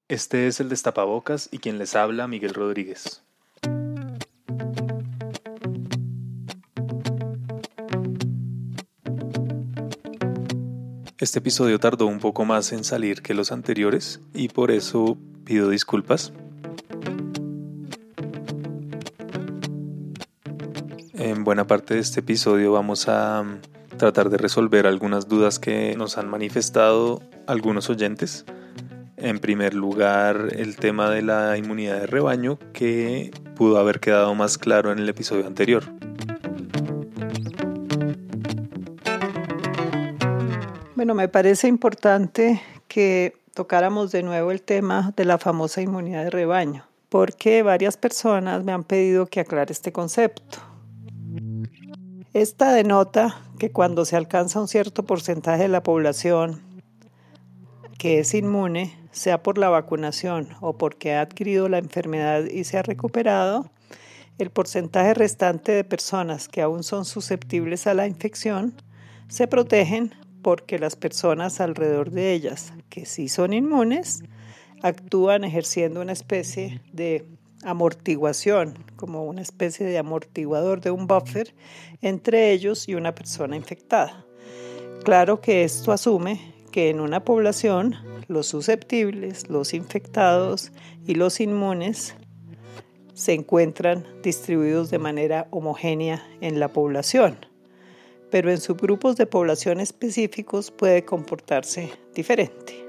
Este es el Destapabocas y quien les habla, Miguel Rodríguez. Este episodio tardó un poco más en salir que los anteriores y por eso pido disculpas. En buena parte de este episodio vamos a tratar de resolver algunas dudas que nos han manifestado algunos oyentes. En primer lugar, el tema de la inmunidad de rebaño, que pudo haber quedado más claro en el episodio anterior. Bueno, me parece importante que tocáramos de nuevo el tema de la famosa inmunidad de rebaño, porque varias personas me han pedido que aclare este concepto. Esta denota que cuando se alcanza un cierto porcentaje de la población que es inmune, sea por la vacunación o porque ha adquirido la enfermedad y se ha recuperado, el porcentaje restante de personas que aún son susceptibles a la infección se protegen porque las personas alrededor de ellas, que sí son inmunes, actúan ejerciendo una especie de amortiguación, como una especie de amortiguador, de un buffer entre ellos y una persona infectada. Claro que esto asume que en una población los susceptibles, los infectados y los inmunes se encuentran distribuidos de manera homogénea en la población, pero en subgrupos de población específicos puede comportarse diferente.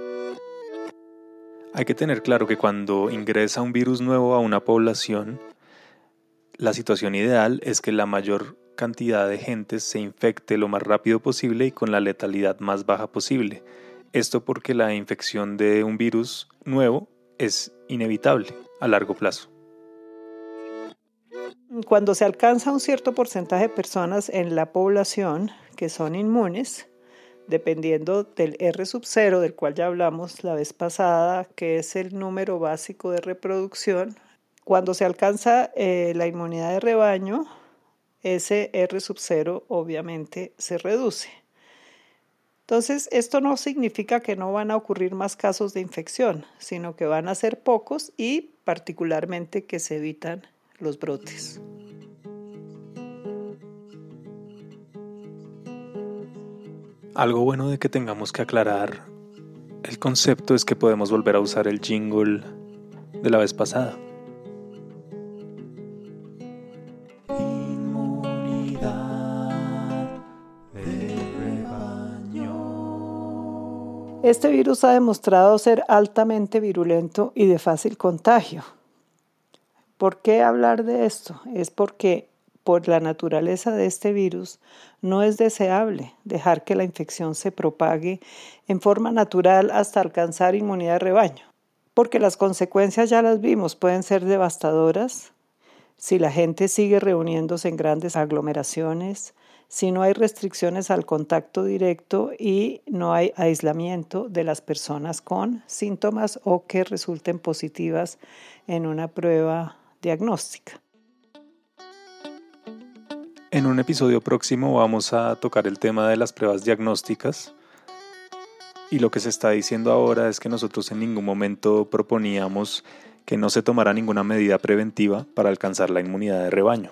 Hay que tener claro que cuando ingresa un virus nuevo a una población, la situación ideal es que la mayor cantidad de gente se infecte lo más rápido posible y con la letalidad más baja posible. Esto porque la infección de un virus nuevo es inevitable a largo plazo. Cuando se alcanza un cierto porcentaje de personas en la población que son inmunes, dependiendo del R0, del cual ya hablamos la vez pasada, que es el número básico de reproducción, cuando se alcanza la inmunidad de rebaño, ese R0 obviamente se reduce. Entonces, esto no significa que no van a ocurrir más casos de infección, sino que van a ser pocos y particularmente que se evitan los brotes. Algo bueno de que tengamos que aclarar el concepto es que podemos volver a usar el jingle de la vez pasada. Este virus ha demostrado ser altamente virulento y de fácil contagio. ¿Por qué hablar de esto? Es porque por la naturaleza de este virus no es deseable dejar que la infección se propague en forma natural hasta alcanzar inmunidad de rebaño, porque las consecuencias ya las vimos, pueden ser devastadoras si la gente sigue reuniéndose en grandes aglomeraciones, si no hay restricciones al contacto directo y no hay aislamiento de las personas con síntomas o que resulten positivas en una prueba diagnóstica. En un episodio próximo vamos a tocar el tema de las pruebas diagnósticas y lo que se está diciendo ahora es que nosotros en ningún momento proponíamos que no se tomara ninguna medida preventiva para alcanzar la inmunidad de rebaño.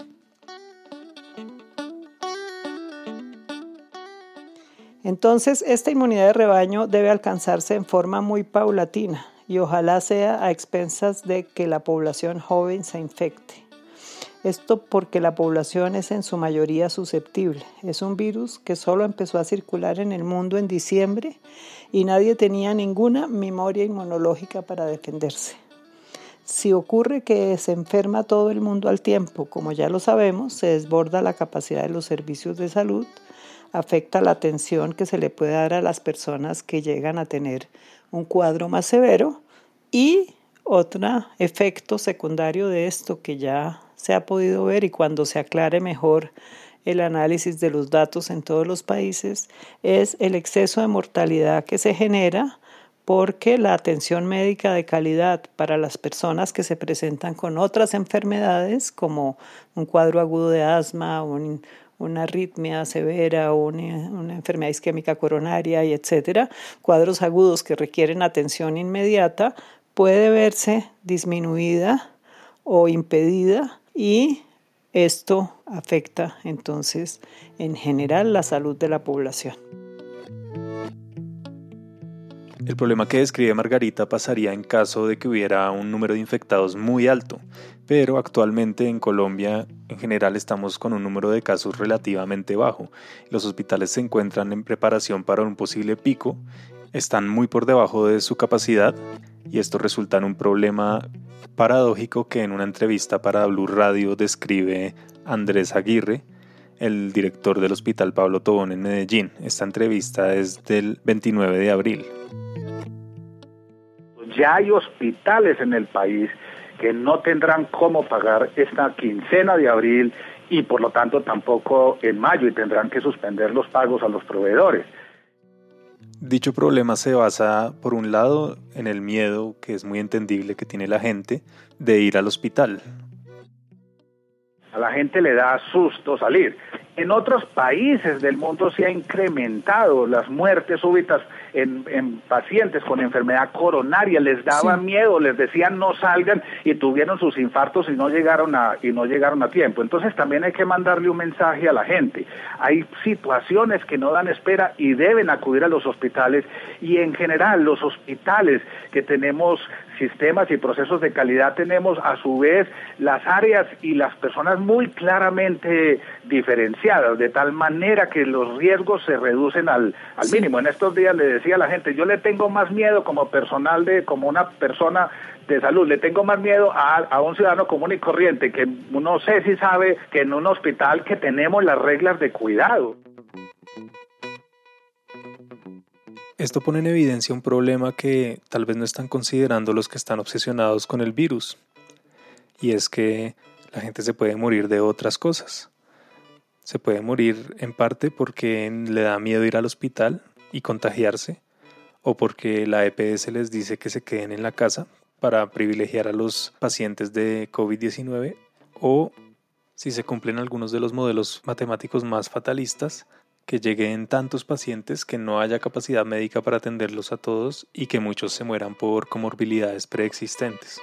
Entonces, esta inmunidad de rebaño debe alcanzarse en forma muy paulatina y ojalá sea a expensas de que la población joven se infecte. Esto porque la población es en su mayoría susceptible. Es un virus que solo empezó a circular en el mundo en diciembre y nadie tenía ninguna memoria inmunológica para defenderse. Si ocurre que se enferma todo el mundo al tiempo, como ya lo sabemos, se desborda la capacidad de los servicios de salud, afecta la atención que se le puede dar a las personas que llegan a tener un cuadro más severo y otro efecto secundario de esto que ya se ha podido ver y cuando se aclare mejor el análisis de los datos en todos los países es el exceso de mortalidad que se genera porque la atención médica de calidad para las personas que se presentan con otras enfermedades como un cuadro agudo de asma, una arritmia severa, una enfermedad isquémica coronaria y etcétera, cuadros agudos que requieren atención inmediata, puede verse disminuida o impedida y esto afecta entonces en general la salud de la población. El problema que describe Margarita pasaría en caso de que hubiera un número de infectados muy alto, pero actualmente en Colombia en general estamos con un número de casos relativamente bajo. Los hospitales se encuentran en preparación para un posible pico, están muy por debajo de su capacidad y esto resulta en un problema paradójico que en una entrevista para Blue Radio describe Andrés Aguirre, el director del Hospital Pablo Tobón en Medellín. Esta entrevista es del 29 de abril. Ya hay hospitales en el país que no tendrán cómo pagar esta quincena de abril y por lo tanto tampoco en mayo y tendrán que suspender los pagos a los proveedores. Dicho problema se basa, por un lado, en el miedo, que es muy entendible que tiene la gente, de ir al hospital. A la gente le da susto salir. En otros países del mundo se ha incrementado las muertes súbitas en pacientes con enfermedad coronaria. Les daba miedo, les decían no salgan y tuvieron sus infartos y no llegaron a tiempo. Entonces también hay que mandarle un mensaje a la gente. Hay situaciones que no dan espera y deben acudir a los hospitales y en general los hospitales que tenemos sistemas y procesos de calidad tenemos a su vez las áreas y las personas muy claramente diferenciadas, de tal manera que los riesgos se reducen al mínimo. En estos días le decía a la gente, yo le tengo más miedo como una persona de salud, le tengo más miedo a un ciudadano común y corriente, que no sé si sabe que en un hospital que tenemos las reglas de cuidado. Esto pone en evidencia un problema que tal vez no están considerando los que están obsesionados con el virus, y es que la gente se puede morir de otras cosas. Se puede morir en parte porque le da miedo ir al hospital y contagiarse, o porque la EPS les dice que se queden en la casa para privilegiar a los pacientes de COVID-19, o si se cumplen algunos de los modelos matemáticos más fatalistas, que lleguen tantos pacientes que no haya capacidad médica para atenderlos a todos y que muchos se mueran por comorbilidades preexistentes.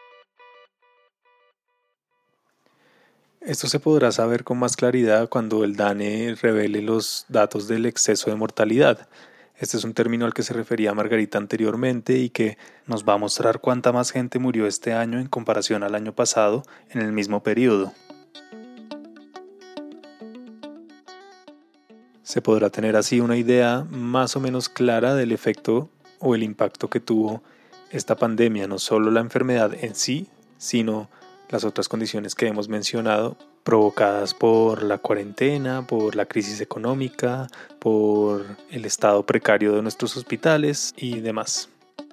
Esto se podrá saber con más claridad cuando el DANE revele los datos del exceso de mortalidad. Este es un término al que se refería Margarita anteriormente y que nos va a mostrar cuánta más gente murió este año en comparación al año pasado en el mismo periodo. Se podrá tener así una idea más o menos clara del efecto o el impacto que tuvo esta pandemia, no solo la enfermedad en sí, sino las otras condiciones que hemos mencionado, provocadas por la cuarentena, por la crisis económica, por el estado precario de nuestros hospitales y demás.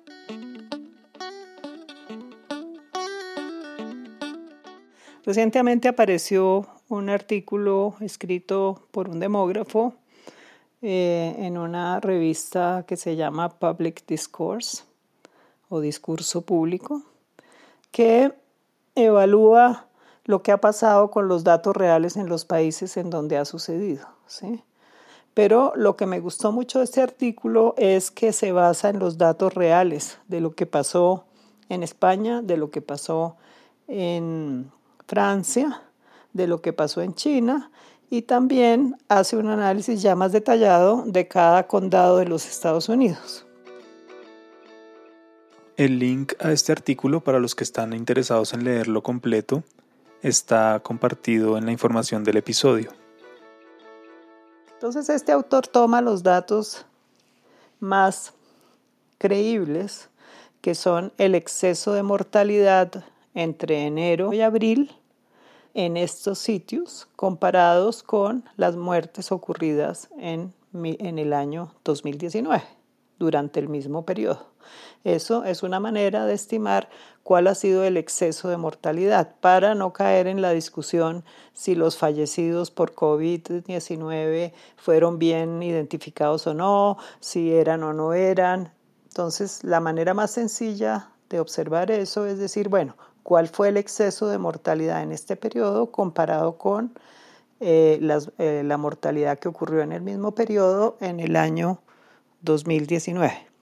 Recientemente apareció un artículo escrito por un demógrafo en una revista que se llama Public Discourse o Discurso Público, que evalúa lo que ha pasado con los datos reales en los países en donde ha sucedido, ¿sí? Pero lo que me gustó mucho de este artículo es que se basa en los datos reales de lo que pasó en España, de lo que pasó en Francia, de lo que pasó en China, y también hace un análisis ya más detallado de cada condado de los Estados Unidos. El link a este artículo, para los que están interesados en leerlo completo, está compartido en la información del episodio. Entonces este autor toma los datos más creíbles, que son el exceso de mortalidad entre enero y abril en estos sitios, comparados con las muertes ocurridas en el año 2019, durante el mismo periodo. Eso es una manera de estimar cuál ha sido el exceso de mortalidad, para no caer en la discusión si los fallecidos por COVID-19 fueron bien identificados o no, si eran o no eran. Entonces, la manera más sencilla de observar eso es decir, bueno, ¿cuál fue el exceso de mortalidad en este periodo comparado con la mortalidad que ocurrió en el mismo periodo en el año 2019?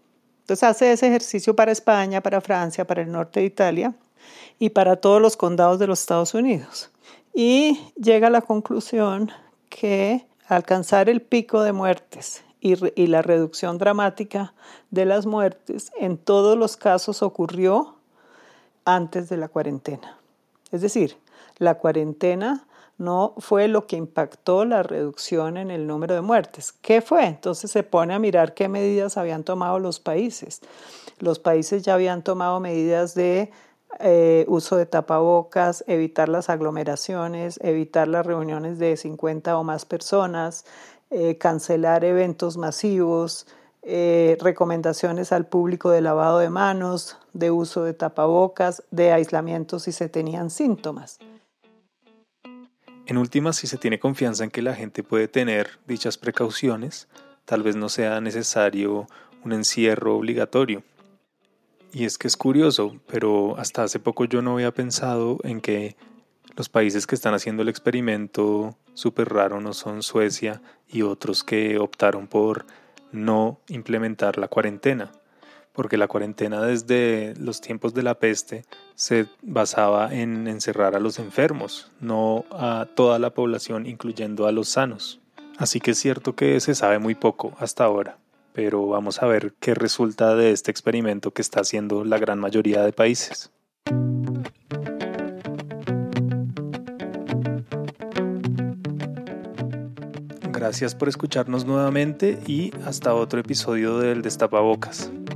Entonces hace ese ejercicio para España, para Francia, para el norte de Italia y para todos los condados de los Estados Unidos. Y llega a la conclusión que alcanzar el pico de muertes y la reducción dramática de las muertes en todos los casos ocurrió antes de la cuarentena. Es decir, la cuarentena no fue lo que impactó la reducción en el número de muertes. ¿Qué fue? Entonces se pone a mirar qué medidas habían tomado los países. Los países ya habían tomado medidas de uso de tapabocas, evitar las aglomeraciones, evitar las reuniones de 50 o más personas, cancelar eventos masivos, recomendaciones al público de lavado de manos, de uso de tapabocas, de aislamiento si se tenían síntomas. En últimas, si se tiene confianza en que la gente puede tener dichas precauciones, tal vez no sea necesario un encierro obligatorio. Y es que es curioso, pero hasta hace poco yo no había pensado en que los países que están haciendo el experimento súper raro no son Suecia y otros que optaron por no implementar la cuarentena, porque la cuarentena desde los tiempos de la peste se basaba en encerrar a los enfermos, no a toda la población, incluyendo a los sanos. Así que es cierto que se sabe muy poco hasta ahora, pero vamos a ver qué resulta de este experimento que está haciendo la gran mayoría de países. Gracias por escucharnos nuevamente y hasta otro episodio del Destapabocas.